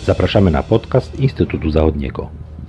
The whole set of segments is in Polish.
Zapraszamy na podcast Instytutu Zachodniego.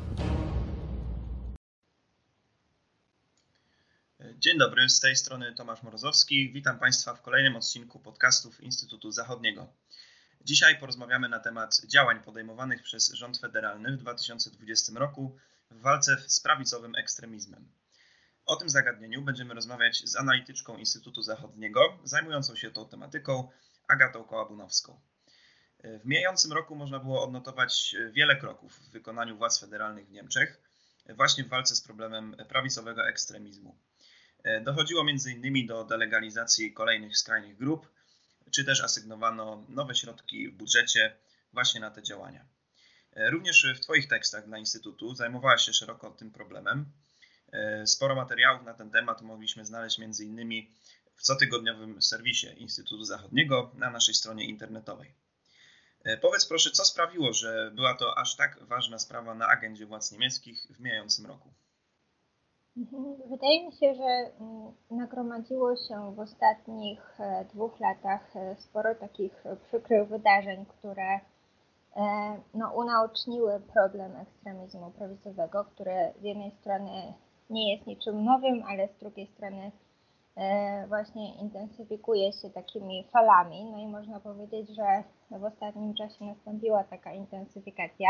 Dzień dobry, z tej strony Tomasz Morozowski. Witam Państwa w kolejnym odcinku podcastów Instytutu Zachodniego. Dzisiaj porozmawiamy na temat działań podejmowanych przez rząd federalny w 2020 roku w walce z prawicowym ekstremizmem. O tym zagadnieniu będziemy rozmawiać z analityczką Instytutu Zachodniego, zajmującą się tą tematyką, Agatą Kołabunowską. W mijającym roku można było odnotować wiele kroków w wykonaniu władz federalnych w Niemczech właśnie w walce z problemem prawicowego ekstremizmu. Dochodziło m.in. do delegalizacji kolejnych skrajnych grup, czy też asygnowano nowe środki w budżecie właśnie na te działania. Również w Twoich tekstach dla Instytutu zajmowałaś się szeroko tym problemem. Sporo materiałów na ten temat mogliśmy znaleźć m.in. w cotygodniowym serwisie Instytutu Zachodniego na naszej stronie internetowej. Powiedz proszę, co sprawiło, że była to aż tak ważna sprawa na agendzie władz niemieckich w mijającym roku? Wydaje mi się, że nagromadziło się w ostatnich 2 latach sporo takich przykrych wydarzeń, które unaoczniły problem ekstremizmu prawicowego, który z jednej strony nie jest niczym nowym, ale z drugiej strony właśnie intensyfikuje się takimi falami. No i można powiedzieć, że w ostatnim czasie nastąpiła taka intensyfikacja.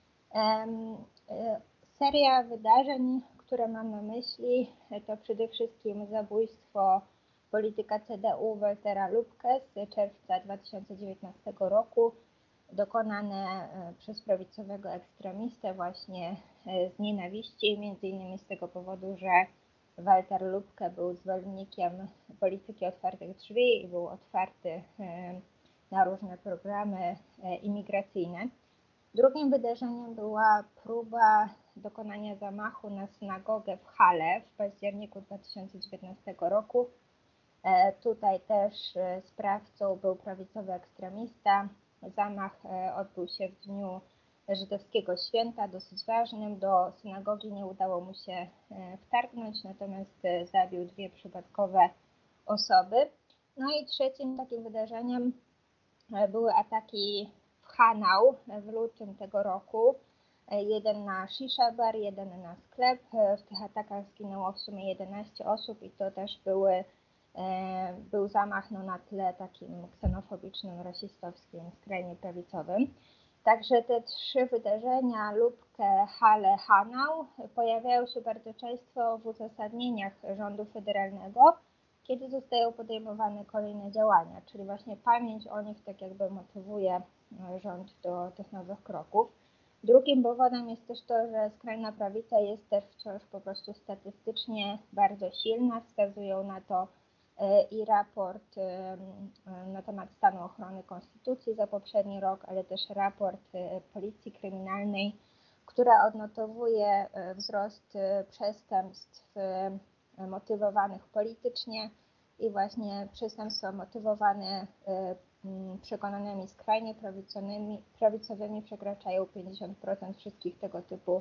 Seria wydarzeń, które mam na myśli, to przede wszystkim zabójstwo polityka CDU Waltera Lubke z czerwca 2019 roku, dokonane przez prawicowego ekstremistę właśnie z nienawiści, między innymi z tego powodu, że Walter Lubke był zwolennikiem polityki otwartych drzwi i był otwarty na różne programy imigracyjne. Drugim wydarzeniem była próba dokonania zamachu na synagogę w Halle w październiku 2019 roku. Tutaj też sprawcą był prawicowy ekstremista. Zamach odbył się w dniu żydowskiego święta, dosyć ważnym. Do synagogi nie udało mu się wtargnąć, natomiast zabił 2 przypadkowe osoby. No i trzecim takim wydarzeniem były ataki w Hanau w lutym tego roku. Jeden na shisha bar, jeden na sklep. W tych atakach zginęło w sumie 11 osób i to też był zamach na tle takim ksenofobicznym, rasistowskim, skrajnie prawicowym. Także te 3 wydarzenia, Lubke, Halle, Hanau, pojawiają się bardzo często w uzasadnieniach rządu federalnego, kiedy zostają podejmowane kolejne działania, czyli właśnie pamięć o nich tak jakby motywuje rząd do tych nowych kroków. Drugim powodem jest też to, że skrajna prawica jest też wciąż po prostu statystycznie bardzo silna. Wskazują na to i raport na temat stanu ochrony konstytucji za poprzedni rok, ale też raport Policji Kryminalnej, która odnotowuje wzrost przestępstw motywowanych politycznie i właśnie przestępstwa motywowane przekonaniami skrajnie prawicowymi przekraczają 50% wszystkich tego typu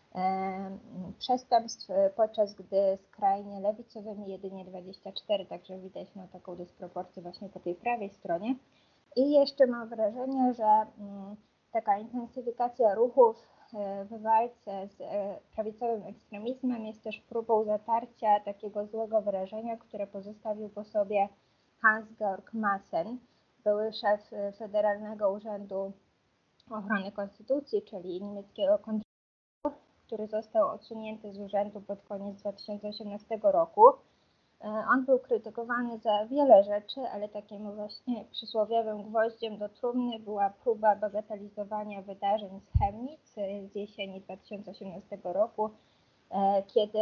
przestępstw, podczas gdy skrajnie lewicowymi jedynie 24%, także widać taką dysproporcję właśnie po tej prawej stronie. I jeszcze mam wrażenie, że taka intensyfikacja ruchów w walce z prawicowym ekstremizmem jest też próbą zatarcia takiego złego wrażenia, które pozostawił po sobie Hans-Georg Maassen, były szef Federalnego Urzędu Ochrony Konstytucji, czyli niemieckiego kontrolera, który został odsunięty z urzędu pod koniec 2018 roku. On był krytykowany za wiele rzeczy, ale takim właśnie przysłowiowym gwoździem do trumny była próba bagatelizowania wydarzeń z Chemnitz z jesieni 2018 roku, kiedy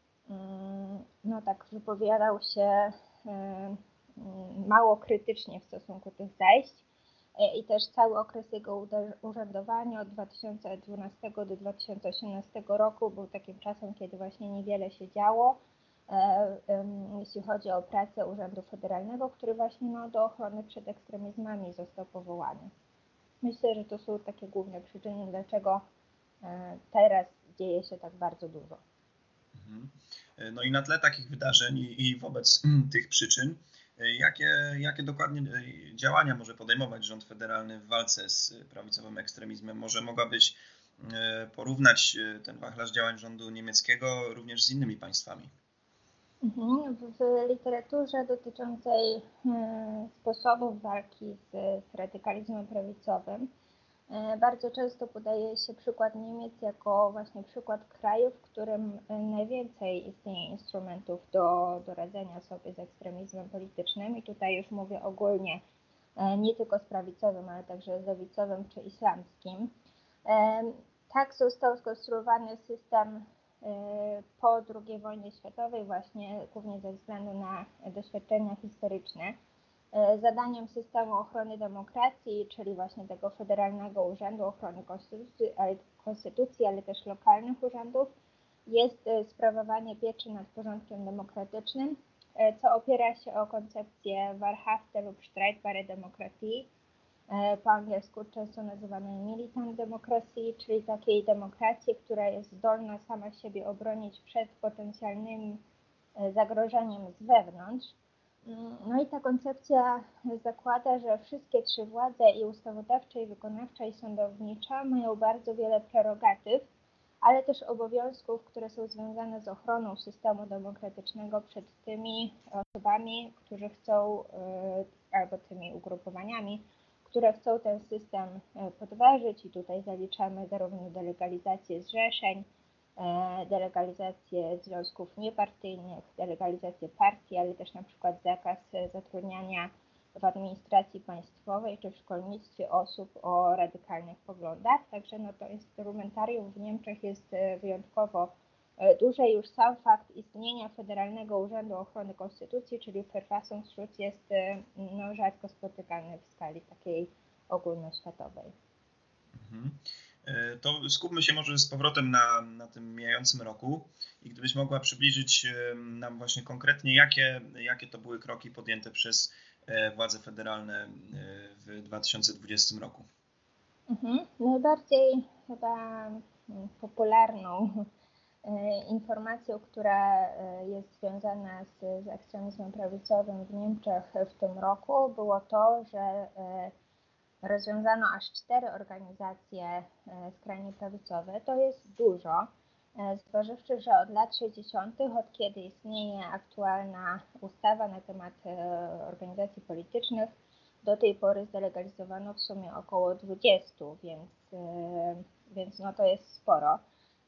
tak wypowiadał się mało krytycznie w stosunku do tych zajść. I też cały okres jego urzędowania od 2012 do 2018 roku był takim czasem, kiedy właśnie niewiele się działo, jeśli chodzi o pracę Urzędu Federalnego, który właśnie do ochrony przed ekstremizmami został powołany. Myślę, że to są takie główne przyczyny, dlaczego teraz dzieje się tak bardzo dużo. No i na tle takich wydarzeń i wobec tych przyczyn Jakie dokładnie działania może podejmować rząd federalny w walce z prawicowym ekstremizmem? Może mogłabyś porównać ten wachlarz działań rządu niemieckiego również z innymi państwami? W literaturze dotyczącej sposobów walki z radykalizmem prawicowym bardzo często podaje się przykład Niemiec jako właśnie przykład kraju, w którym najwięcej istnieje instrumentów do radzenia sobie z ekstremizmem politycznym i tutaj już mówię ogólnie, nie tylko z prawicowym, ale także z lewicowym czy islamskim. Tak został skonstruowany system po II wojnie światowej właśnie głównie ze względu na doświadczenia historyczne. Zadaniem systemu ochrony demokracji, czyli właśnie tego Federalnego Urzędu Ochrony Konstytucji, ale też lokalnych urzędów, jest sprawowanie pieczy nad porządkiem demokratycznym, co opiera się o koncepcję Wahrhafte lub Streitbare Demokratie, po angielsku często nazywanej militant demokracji, czyli takiej demokracji, która jest zdolna sama siebie obronić przed potencjalnym zagrożeniem z wewnątrz. No i ta koncepcja zakłada, że wszystkie trzy władze, i ustawodawcza, i wykonawcza, i sądownicza, mają bardzo wiele prerogatyw, ale też obowiązków, które są związane z ochroną systemu demokratycznego przed tymi osobami, którzy chcą, albo tymi ugrupowaniami, które chcą ten system podważyć, i tutaj zaliczamy zarówno delegalizację zrzeszeń, delegalizację związków niepartyjnych, delegalizację partii, ale też na przykład zakaz zatrudniania w administracji państwowej czy w szkolnictwie osób o radykalnych poglądach. Także to instrumentarium w Niemczech jest wyjątkowo duże. Już sam fakt istnienia Federalnego Urzędu Ochrony Konstytucji, czyli Verfassungsschutz, jest rzadko spotykany w skali takiej ogólnoświatowej. To skupmy się może z powrotem na tym mijającym roku i gdybyś mogła przybliżyć nam właśnie konkretnie, jakie to były kroki podjęte przez władze federalne w 2020 roku. Najbardziej chyba popularną informacją, która jest związana z ekstremizmem prawicowym w Niemczech w tym roku, było to, że rozwiązano aż 4 organizacje skrajnie prawicowe. To jest dużo, zważywszy, że od lat 60., od kiedy istnieje aktualna ustawa na temat organizacji politycznych, do tej pory zdelegalizowano w sumie około 20, więc to jest sporo.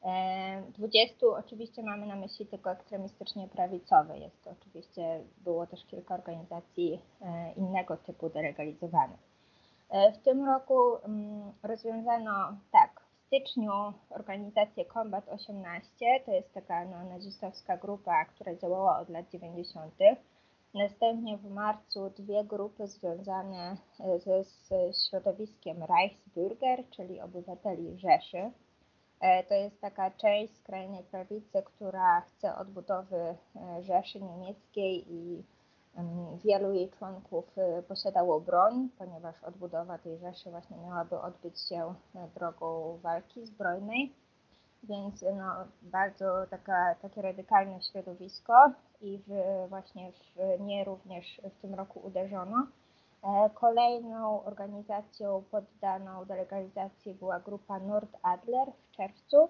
20 oczywiście mamy na myśli tylko ekstremistycznie prawicowe. Było też kilka organizacji innego typu delegalizowanych. W tym roku rozwiązano w styczniu organizację Combat 18, to jest taka nazistowska grupa, która działała od lat 90. Następnie w marcu 2 grupy związane ze środowiskiem Reichsbürger, czyli obywateli Rzeszy. To jest taka część skrajnej prawicy, która chce odbudowy Rzeszy Niemieckiej i wielu jej członków posiadało broń, ponieważ odbudowa tej Rzeszy właśnie miałaby odbyć się drogą walki zbrojnej, więc bardzo takie radykalne środowisko i właśnie w nie również w tym roku uderzono. Kolejną organizacją poddaną delegalizacji była grupa Nordadler w czerwcu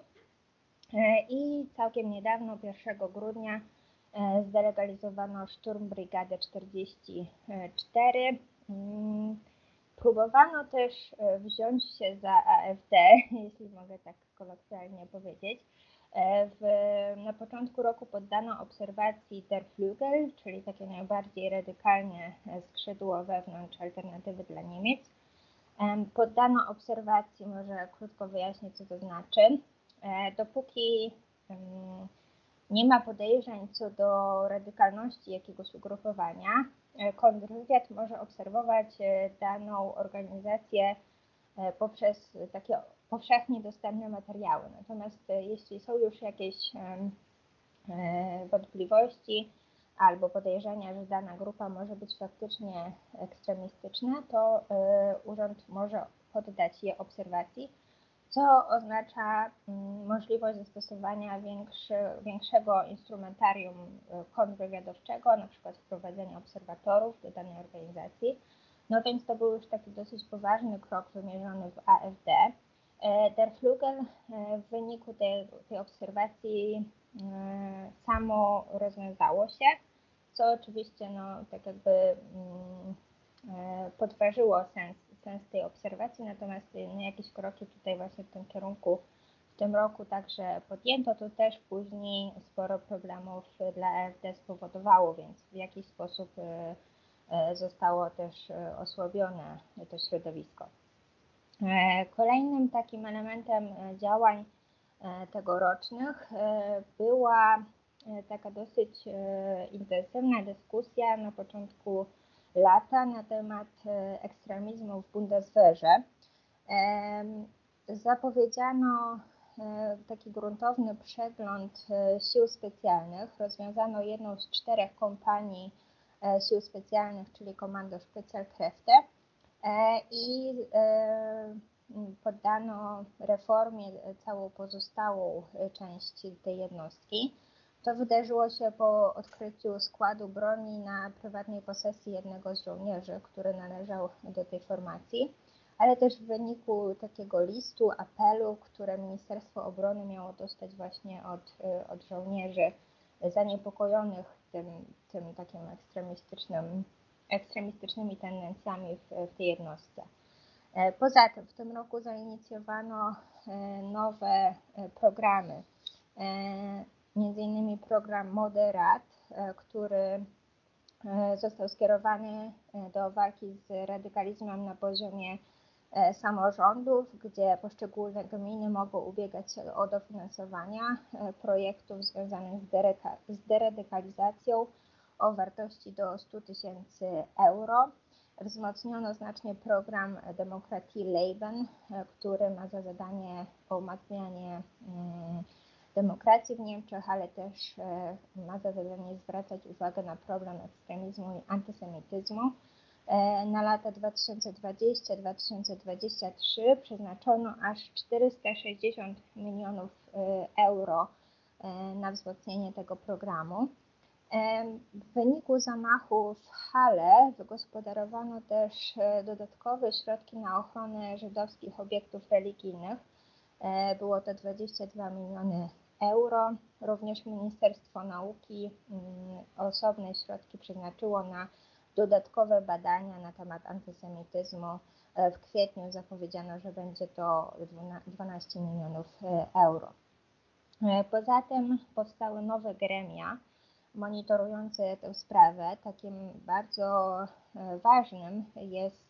i całkiem niedawno, 1 grudnia, zdelegalizowano Sturmbrygadę 44. Próbowano też wziąć się za AfD, jeśli mogę tak kolokwialnie powiedzieć. Na początku roku poddano obserwacji Der Flügel, czyli takie najbardziej radykalne skrzydło wewnątrz Alternatywy dla Niemiec. Poddano obserwacji, może krótko wyjaśnię, co to znaczy. Dopóki nie ma podejrzeń co do radykalności jakiegoś ugrupowania, kontrwywiad może obserwować daną organizację poprzez takie powszechnie dostępne materiały. Natomiast jeśli są już jakieś wątpliwości albo podejrzenia, że dana grupa może być faktycznie ekstremistyczna, to urząd może poddać je obserwacji, co oznacza możliwość zastosowania większego instrumentarium kontrwywiadowczego, na przykład wprowadzenia obserwatorów do danej organizacji. No więc to był już taki dosyć poważny krok wymierzony w AfD. Der Flügel w wyniku tej obserwacji samo rozwiązało się, co oczywiście tak jakby podważyło sens tej obserwacji, natomiast jakieś kroki tutaj właśnie w tym kierunku w tym roku także podjęto, to też później sporo problemów dla AfD spowodowało, więc w jakiś sposób zostało też osłabione to środowisko. Kolejnym takim elementem działań tegorocznych była taka dosyć intensywna dyskusja na początku lata na temat ekstremizmu w Bundeswehrze. Zapowiedziano taki gruntowny przegląd sił specjalnych. Rozwiązano jedną z 4 kompanii sił specjalnych, czyli Kommando Spezialkräfte, i poddano reformie całą pozostałą część tej jednostki. To wydarzyło się po odkryciu składu broni na prywatnej posesji jednego z żołnierzy, który należał do tej formacji, ale też w wyniku takiego listu, apelu, które Ministerstwo Obrony miało dostać właśnie od żołnierzy zaniepokojonych tym takim ekstremistycznymi tendencjami w tej jednostce. Poza tym w tym roku zainicjowano nowe programy, między innymi program Moderat, który został skierowany do walki z radykalizmem na poziomie samorządów, gdzie poszczególne gminy mogą ubiegać się o dofinansowania projektów związanych z deradykalizacją o wartości do 100 000 euro. Wzmocniono znacznie program Demokratie Leben, który ma za zadanie umacnianie demokracji w Niemczech, ale też ma za zadanie zwracać uwagę na problem ekstremizmu i antysemityzmu. Na lata 2020-2023 przeznaczono aż 460 milionów euro na wzmocnienie tego programu. W wyniku zamachu w Halle wygospodarowano też dodatkowe środki na ochronę żydowskich obiektów religijnych. Było to 22 miliony euro. Również Ministerstwo Nauki osobne środki przeznaczyło na dodatkowe badania na temat antysemityzmu. W kwietniu zapowiedziano, że będzie to 12 milionów euro. Poza tym powstały nowe gremia monitorujące tę sprawę. Takim bardzo ważnym jest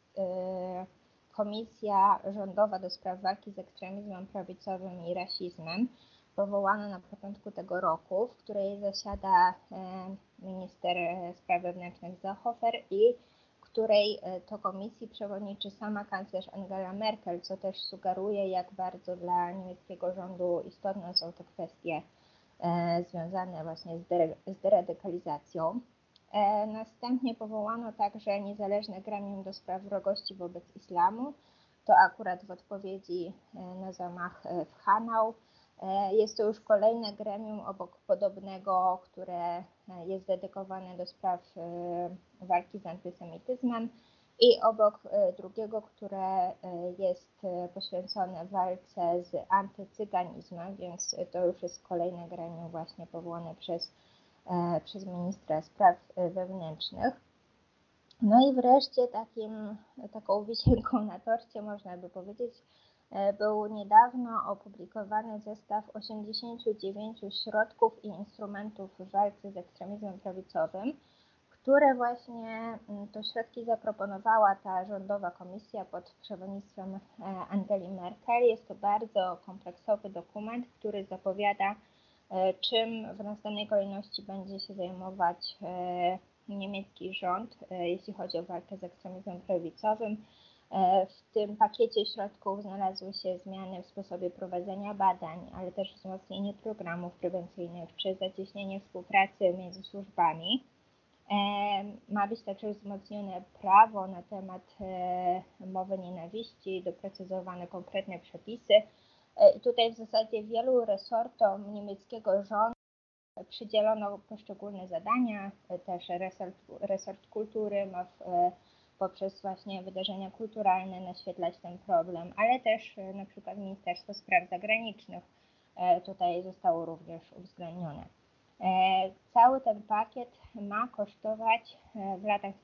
Komisja Rządowa do Spraw Walki z Ekstremizmem Prawicowym i Rasizmem, powołana na początku tego roku, w której zasiada minister spraw wewnętrznych Seehofer i której to komisji przewodniczy sama kanclerz Angela Merkel, co też sugeruje, jak bardzo dla niemieckiego rządu istotne są te kwestie związane właśnie z deradykalizacją. Następnie powołano także niezależne gremium do spraw wrogości wobec islamu. To akurat w odpowiedzi na zamach w Hanau. Jest to już kolejne gremium obok podobnego, które jest dedykowane do spraw walki z antysemityzmem i obok drugiego, które jest poświęcone walce z antycyganizmem, więc to już jest kolejne gremium właśnie powołane przez ministra spraw wewnętrznych. No i wreszcie taką wisienką na torcie, można by powiedzieć, był niedawno opublikowany zestaw 89 środków i instrumentów w walce z ekstremizmem prawicowym, które właśnie to środki zaproponowała ta rządowa komisja pod przewodnictwem Angeli Merkel. Jest to bardzo kompleksowy dokument, który zapowiada, czym w następnej kolejności będzie się zajmować niemiecki rząd, jeśli chodzi o walkę z ekstremizmem prawicowym. W tym pakiecie środków znalazły się zmiany w sposobie prowadzenia badań, ale też wzmocnienie programów prewencyjnych czy zacieśnienie współpracy między służbami. Ma być także wzmocnione prawo na temat mowy nienawiści, doprecyzowane konkretne przepisy I tutaj w zasadzie wielu resortom niemieckiego rządu przydzielono poszczególne zadania, też resort kultury ma poprzez właśnie wydarzenia kulturalne naświetlać ten problem, ale też na przykład Ministerstwo Spraw Zagranicznych tutaj zostało również uwzględnione. Cały ten pakiet ma kosztować w latach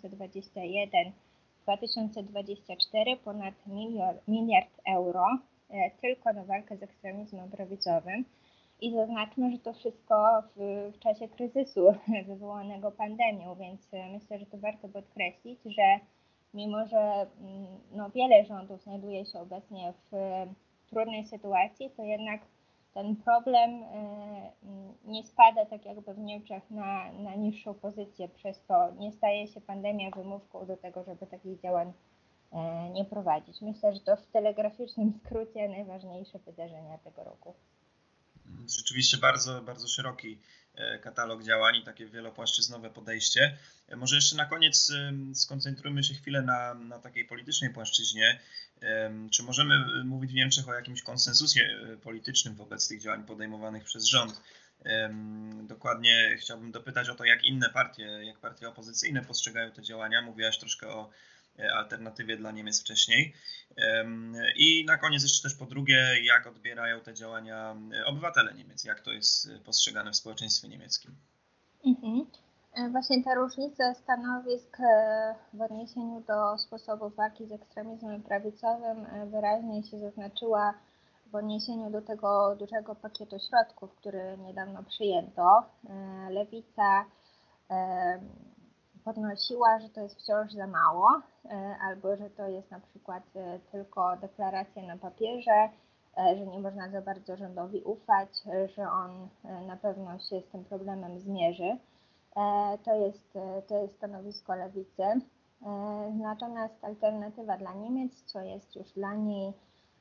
2021-2024 ponad miliard euro tylko na walkę z ekstremizmem prawicowym. I zaznaczmy, że to wszystko w czasie kryzysu wywołanego pandemią, więc myślę, że to warto podkreślić, że mimo, że wiele rządów znajduje się obecnie w trudnej sytuacji, to jednak ten problem nie spada tak jakby w Niemczech na niższą pozycję, przez to nie staje się pandemia wymówką do tego, żeby takich działań nie prowadzić. Myślę, że to w telegraficznym skrócie najważniejsze wydarzenia tego roku. Rzeczywiście bardzo, bardzo szeroki katalog działań i takie wielopłaszczyznowe podejście. Może jeszcze na koniec skoncentrujmy się chwilę na takiej politycznej płaszczyźnie. Czy możemy mówić w Niemczech o jakimś konsensusie politycznym wobec tych działań podejmowanych przez rząd? Dokładnie chciałbym dopytać o to, jak inne partie, jak partie opozycyjne postrzegają te działania. Mówiłaś troszkę o alternatywie dla Niemiec wcześniej. I na koniec jeszcze też po drugie, jak odbierają te działania obywatele Niemiec, jak to jest postrzegane w społeczeństwie niemieckim? Właśnie ta różnica stanowisk w odniesieniu do sposobu walki z ekstremizmem prawicowym wyraźnie się zaznaczyła w odniesieniu do tego dużego pakietu środków, który niedawno przyjęto. Lewica podnosiła, że to jest wciąż za mało, albo że to jest na przykład tylko deklaracja na papierze, że nie można za bardzo rządowi ufać, że on na pewno się z tym problemem zmierzy. To jest stanowisko lewicy. Natomiast alternatywa dla Niemiec, co jest już dla niej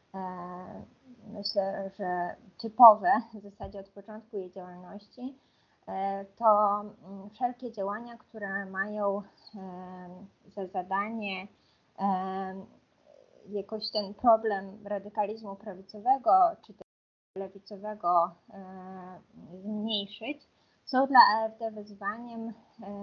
myślę, że typowe w zasadzie od początku jej działalności, to wszelkie działania, które mają za zadanie jakoś ten problem radykalizmu prawicowego czy też lewicowego zmniejszyć, są dla AfD wyzwaniem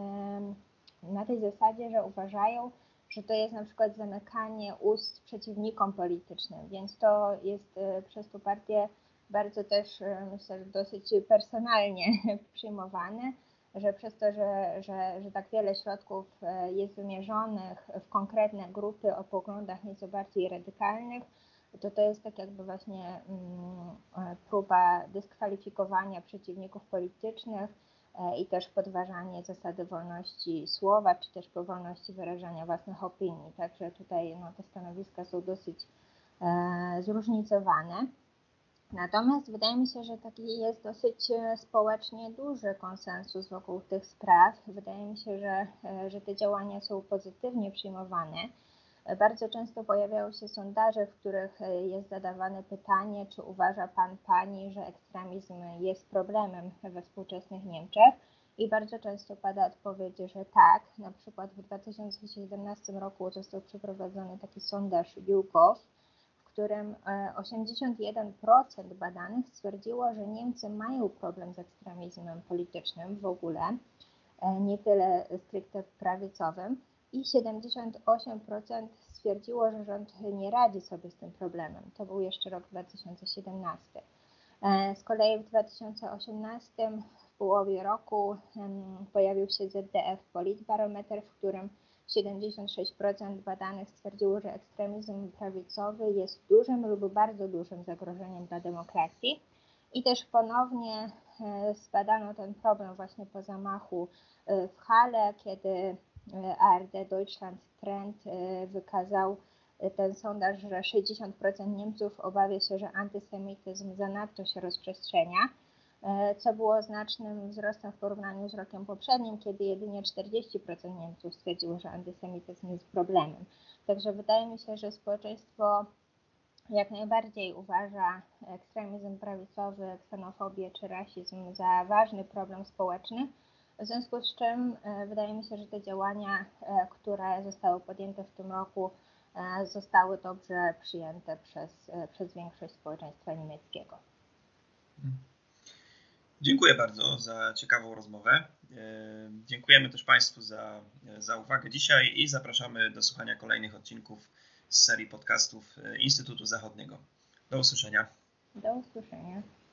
na tej zasadzie, że uważają, że to jest na przykład zamykanie ust przeciwnikom politycznym, więc to jest przez tą partię bardzo też, myślę, że dosyć personalnie przyjmowane, że przez to, że tak wiele środków jest wymierzonych w konkretne grupy o poglądach nieco bardziej radykalnych, to jest tak jakby właśnie próba dyskwalifikowania przeciwników politycznych i też podważanie zasady wolności słowa, czy też wolności wyrażania własnych opinii. Także tutaj te stanowiska są dosyć zróżnicowane. Natomiast wydaje mi się, że taki jest dosyć społecznie duży konsensus wokół tych spraw. Wydaje mi się, że te działania są pozytywnie przyjmowane. Bardzo często pojawiają się sondaże, w których jest zadawane pytanie, czy uważa pan, pani, że ekstremizm jest problemem we współczesnych Niemczech. I bardzo często pada odpowiedź, że tak. Na przykład w 2017 roku został przeprowadzony taki sondaż YouGov, w którym 81% badanych stwierdziło, że Niemcy mają problem z ekstremizmem politycznym w ogóle, nie tyle stricte prawicowym. I 78% stwierdziło, że rząd nie radzi sobie z tym problemem. To był jeszcze rok 2017. Z kolei w 2018 w połowie roku pojawił się ZDF Politbarometer, w którym 76% badanych stwierdziło, że ekstremizm prawicowy jest dużym lub bardzo dużym zagrożeniem dla demokracji. I też ponownie zbadano ten problem właśnie po zamachu w Halle, kiedy ARD Deutschland Trend wykazał ten sondaż, że 60% Niemców obawia się, że antysemityzm zanadto się rozprzestrzenia, co było znacznym wzrostem w porównaniu z rokiem poprzednim, kiedy jedynie 40% Niemców stwierdziło, że antysemityzm jest problemem. Także wydaje mi się, że społeczeństwo jak najbardziej uważa ekstremizm prawicowy, ksenofobię czy rasizm za ważny problem społeczny, w związku z czym wydaje mi się, że te działania, które zostały podjęte w tym roku, zostały dobrze przyjęte przez większość społeczeństwa niemieckiego. Dziękuję bardzo za ciekawą rozmowę. Dziękujemy też Państwu za uwagę dzisiaj i zapraszamy do słuchania kolejnych odcinków z serii podcastów Instytutu Zachodniego. Do usłyszenia. Do usłyszenia.